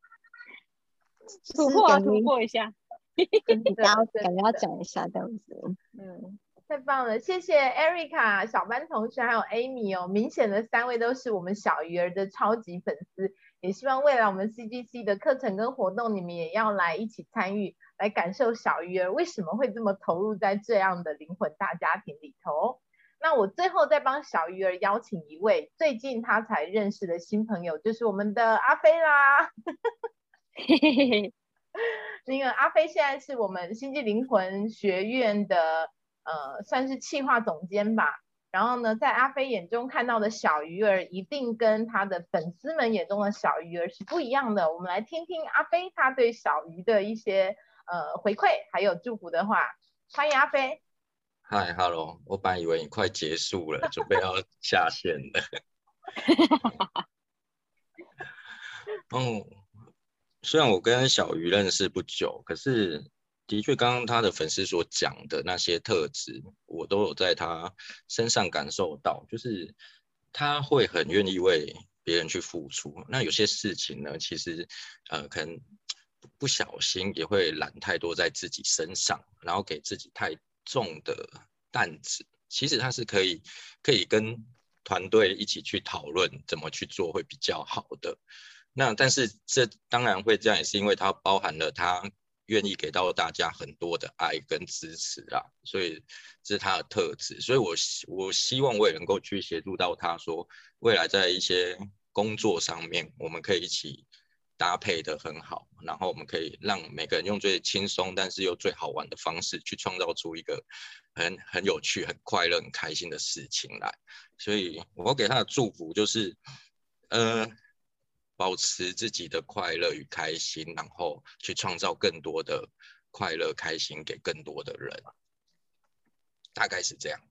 突破一下， 感觉要讲一下这样子。 太棒了，谢谢 Erica 小班同学还有 Amy 哦，明显的3位都是我们小鱼儿的超级粉丝，也希望未来我们 CGC 的课程跟活动你们也要来一起参与，来感受小鱼儿为什么会这么投入在这样的灵魂大家庭里头。那我最后再帮小鱼儿邀请一位最近他才认识的新朋友，就是我们的阿飞啦。那个阿飞现在是我们星际灵魂学院的算是企划总监吧。然后呢，在阿飞眼中看到的小鱼儿，一定跟他的粉丝们眼中的小鱼儿是不一样的。我们来听听阿飞他对小鱼的一些回馈，还有祝福的话。欢迎阿飞。 嗨 ，Hello， 我本来以为你快结束了，准备要下线了。虽然我跟小鱼认识不久，可是的确刚刚他的粉丝所讲的那些特质，我都有在他身上感受到，就是他会很愿意为别人去付出。那有些事情呢，其实可能不小心也会揽太多在自己身上，然后给自己太重的担子。其实他是可以跟团队一起去讨论怎么去做会比较好的。那但是这当然会这样，也是因为它包含了他愿意给到大家很多的爱跟支持啊，所以这是他的特质。所以我希望我也能够去协助到他，说未来在一些工作上面，我们可以一起搭配的很好，然后我们可以让每个人用最轻松但是又最好玩的方式去创造出一个很有趣、很快乐、很开心的事情来。所以我给他的祝福就是保持自己的快乐与开心，然后去创造更多的快乐开心给更多的人，大概是这样。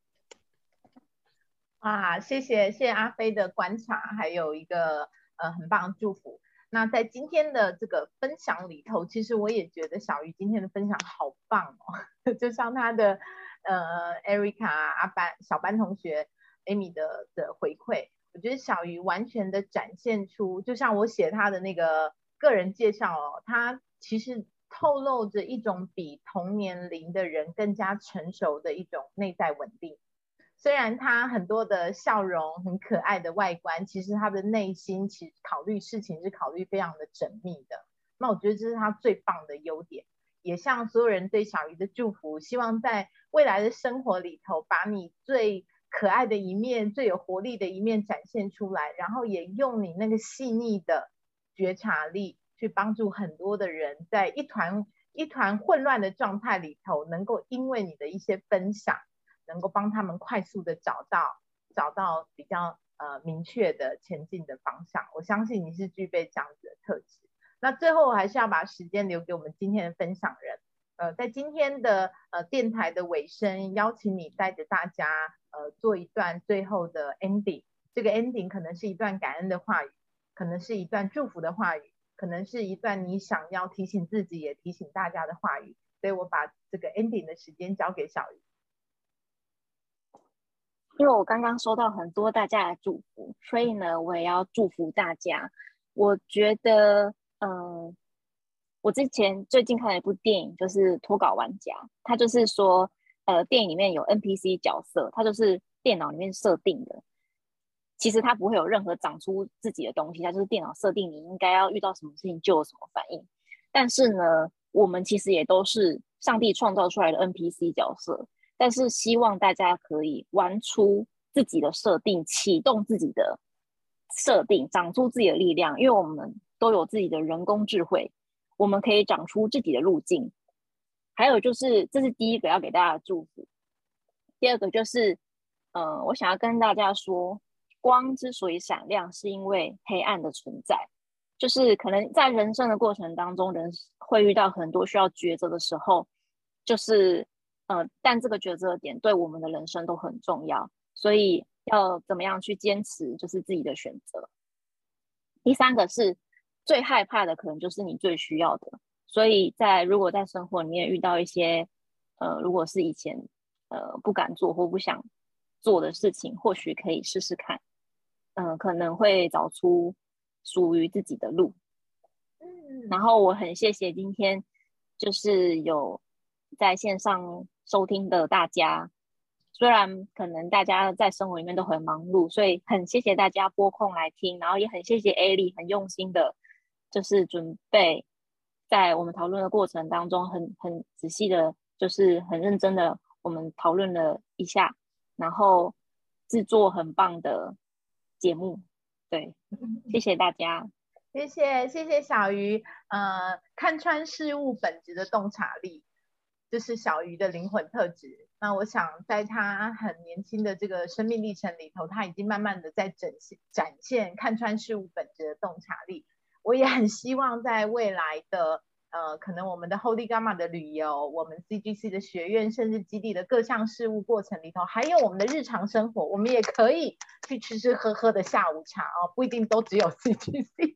谢谢阿飞的观察，还有一个很棒的祝福。那在今天的这个分享里头，其实我也觉得小鱼今天的分享好棒哦，就像他的Erica 小班同学 Amy 的回馈，我觉得小鱼完全的展现出，就像我写他的那个个人介绍哦，他其实透露着一种比同年龄的人更加成熟的一种内在稳定。虽然他很多的笑容很可爱的外观，其实他的内心其实考虑事情是考虑非常的缜密的。那我觉得这是他最棒的优点，也向所有人对小鱼的祝福，希望在未来的生活里头，把你最可爱的一面、最有活力的一面展现出来，然后也用你那个细腻的觉察力去帮助很多的人，在一团混乱的状态里头，能够因为你的一些分享，能够帮他们快速的找到比较明确的前进的方向。我相信你是具备这样子的特质。那最后我还是要把时间留给我们今天的分享人， 在今天的电台的尾声，邀请你带着大家做一段最后的 ending。这个 ending 可能是一段感恩的话语，可能是一段祝福的话语，可能是一段你想要提醒自己也提醒大家的话语。所以我把这个 ending 的时间交给小鱼。 因为我刚刚收到很多大家的祝福，所以呢，我也要祝福大家。我觉得，我最近看了一部电影，就是《脱稿玩家》，它就是说，电影里面有 NPC 角色，它就是电脑里面设定的。其实它不会有任何长出自己的东西，它就是电脑设定你应该要遇到什么事情就有什么反应。但是呢，我们其实也都是上帝创造出来的 NPC 角色，但是希望大家可以玩出自己的设定，启动自己的设定，长出自己的力量，因为我们都有自己的人工智慧，我们可以长出自己的路径。还有就是，这是第一个要给大家的祝福。第二个就是，我想要跟大家说，光之所以闪亮，是因为黑暗的存在。就是可能在人生的过程当中，人会遇到很多需要抉择的时候，就是但这个抉择点对我们的人生都很重要，所以要怎么样去坚持，就是自己的选择。第三个是最害怕的，可能就是你最需要的。所以如果在生活里面遇到一些如果是以前不敢做或不想做的事情，或许可以试试看，可能会找出属于自己的路。然后我很谢谢今天就是有在线上收听的大家，虽然可能大家在生活里面都很忙碌，所以很谢谢大家拨空来听，然后也很谢谢 Ellie 很用心的就是准备，在我们讨论的过程当中很仔细的，就是很认真的我们讨论了一下，然后制作很棒的节目。对，谢谢大家。 谢谢小鱼。看穿事物本质的洞察力，这是小鱼的灵魂特质。那我想在他很年轻的这个生命历程里头，他已经慢慢的在展现看穿事物本质的洞察力。我也很希望在未来的可能我们的 Holy Gamma 的旅游，我们 CGC 的学院，甚至基地的各项事务过程里头，还有我们的日常生活，我们也可以去吃喝的下午茶哦，不一定都只有 CGC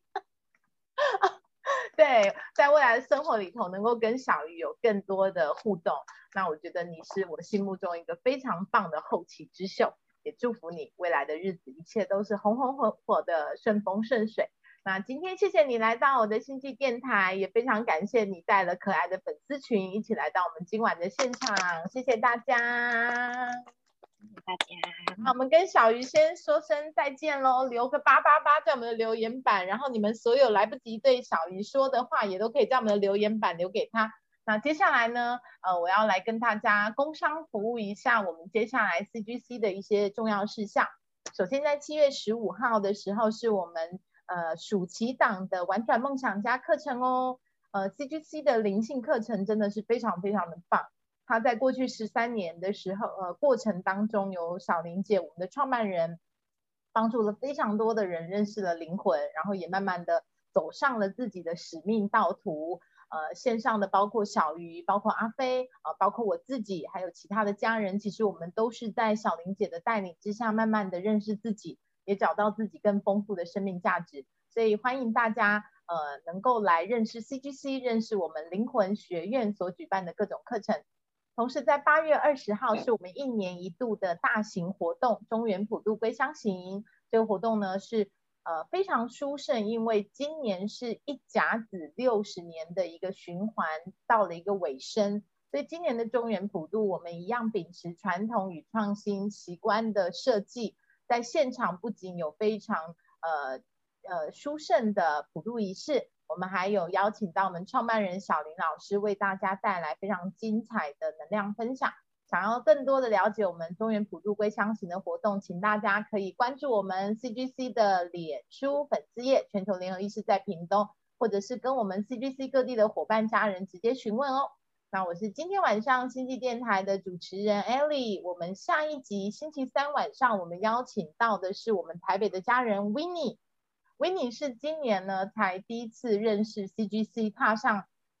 对，在未来的生活里头能够跟小鱼有更多的互动，那我觉得你是我心目中一个非常棒的后起之秀，也祝福你未来的日子一切都是红红火火的顺风顺水。那今天谢谢你来到我的星际电台，也非常感谢你带了可爱的粉丝群一起来到我们今晚的现场，谢谢大家。 谢谢大家。 那我们跟小鱼先说声再见咯，留个888在我们的留言板，然后你们所有来不及对小鱼说的话也都可以在我们的留言板留给他。那接下来呢我要来跟大家工商服务一下我们接下来 CGC 的一些重要事项。首先在7月15号的时候是我们暑期档的玩转梦想家课程哦。CGC 的灵性课程真的是非常非常的棒，他在过去13年的时候过程当中，有小玲姐我们的创办人帮助了非常多的人认识了灵魂，然后也慢慢的走上了自己的使命道途。线上的包括小鱼，包括阿飞包括我自己，还有其他的家人，其实我们都是在小玲姐的带领之下慢慢的认识自己，也找到自己更丰富的生命价值。所以欢迎大家能够来认识 CGC， 认识我们灵魂学院所举办的各种课程。同时在8月20号是我们1年1度的大型活动中元普渡归乡行。这个活动呢是非常殊胜，因为今年是一甲子60年的一个循环到了一个尾声，所以今年的中元普渡我们一样秉持传统与创新习惯的设计，在现场不仅有非常殊胜的普渡仪式，我们还有邀请到我们创办人小林老师为大家带来非常精彩的能量分享。想要更多的了解我们中元普渡归乡行的活动，请大家可以关注我们 CGC 的脸书粉丝页全球联合意识在屏东，或者是跟我们 CGC 各地的伙伴家人直接询问哦。那我是今天晚上星际电台的主持人 Ellie， 我们下一集星期3晚上我们邀请到的是我们台北的家人 Winnie。 Winnie 是今年呢才第一次认识 CGC， 踏上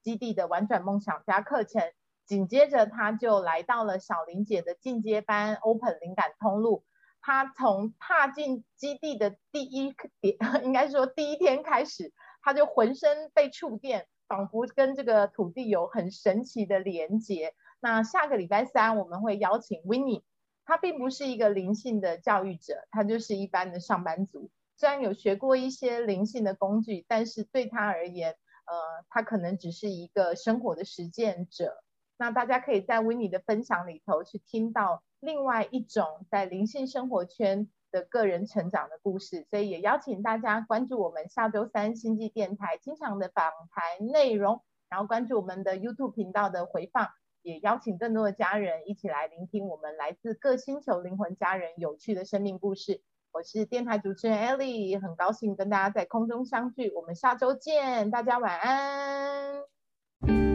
基地的玩转梦想家课程，紧接着他就来到了小林姐的进阶班 Open 灵感通路。他从踏进基地的应该说第一天开始，他就浑身被触电，仿佛跟这个土地有很神奇的连结。那下个礼拜3我们会邀请 Winnie， 他并不是一个灵性的教育者，他就是一般的上班族。虽然有学过一些灵性的工具，但是对他而言，他可能只是一个生活的实践者。那大家可以在 Winnie 的分享里头去听到另外一种在灵性生活圈的个人成长的故事，所以也邀请大家关注我们下周3星际电台经常的访谈内容，然后关注我们的 YouTube 频道的回放，也邀请更多的家人一起来聆听我们来自各星球灵魂家人有趣的生命故事。我是电台主持人 Ellie， 很高兴跟大家在空中相聚，我们下周见，大家晚安。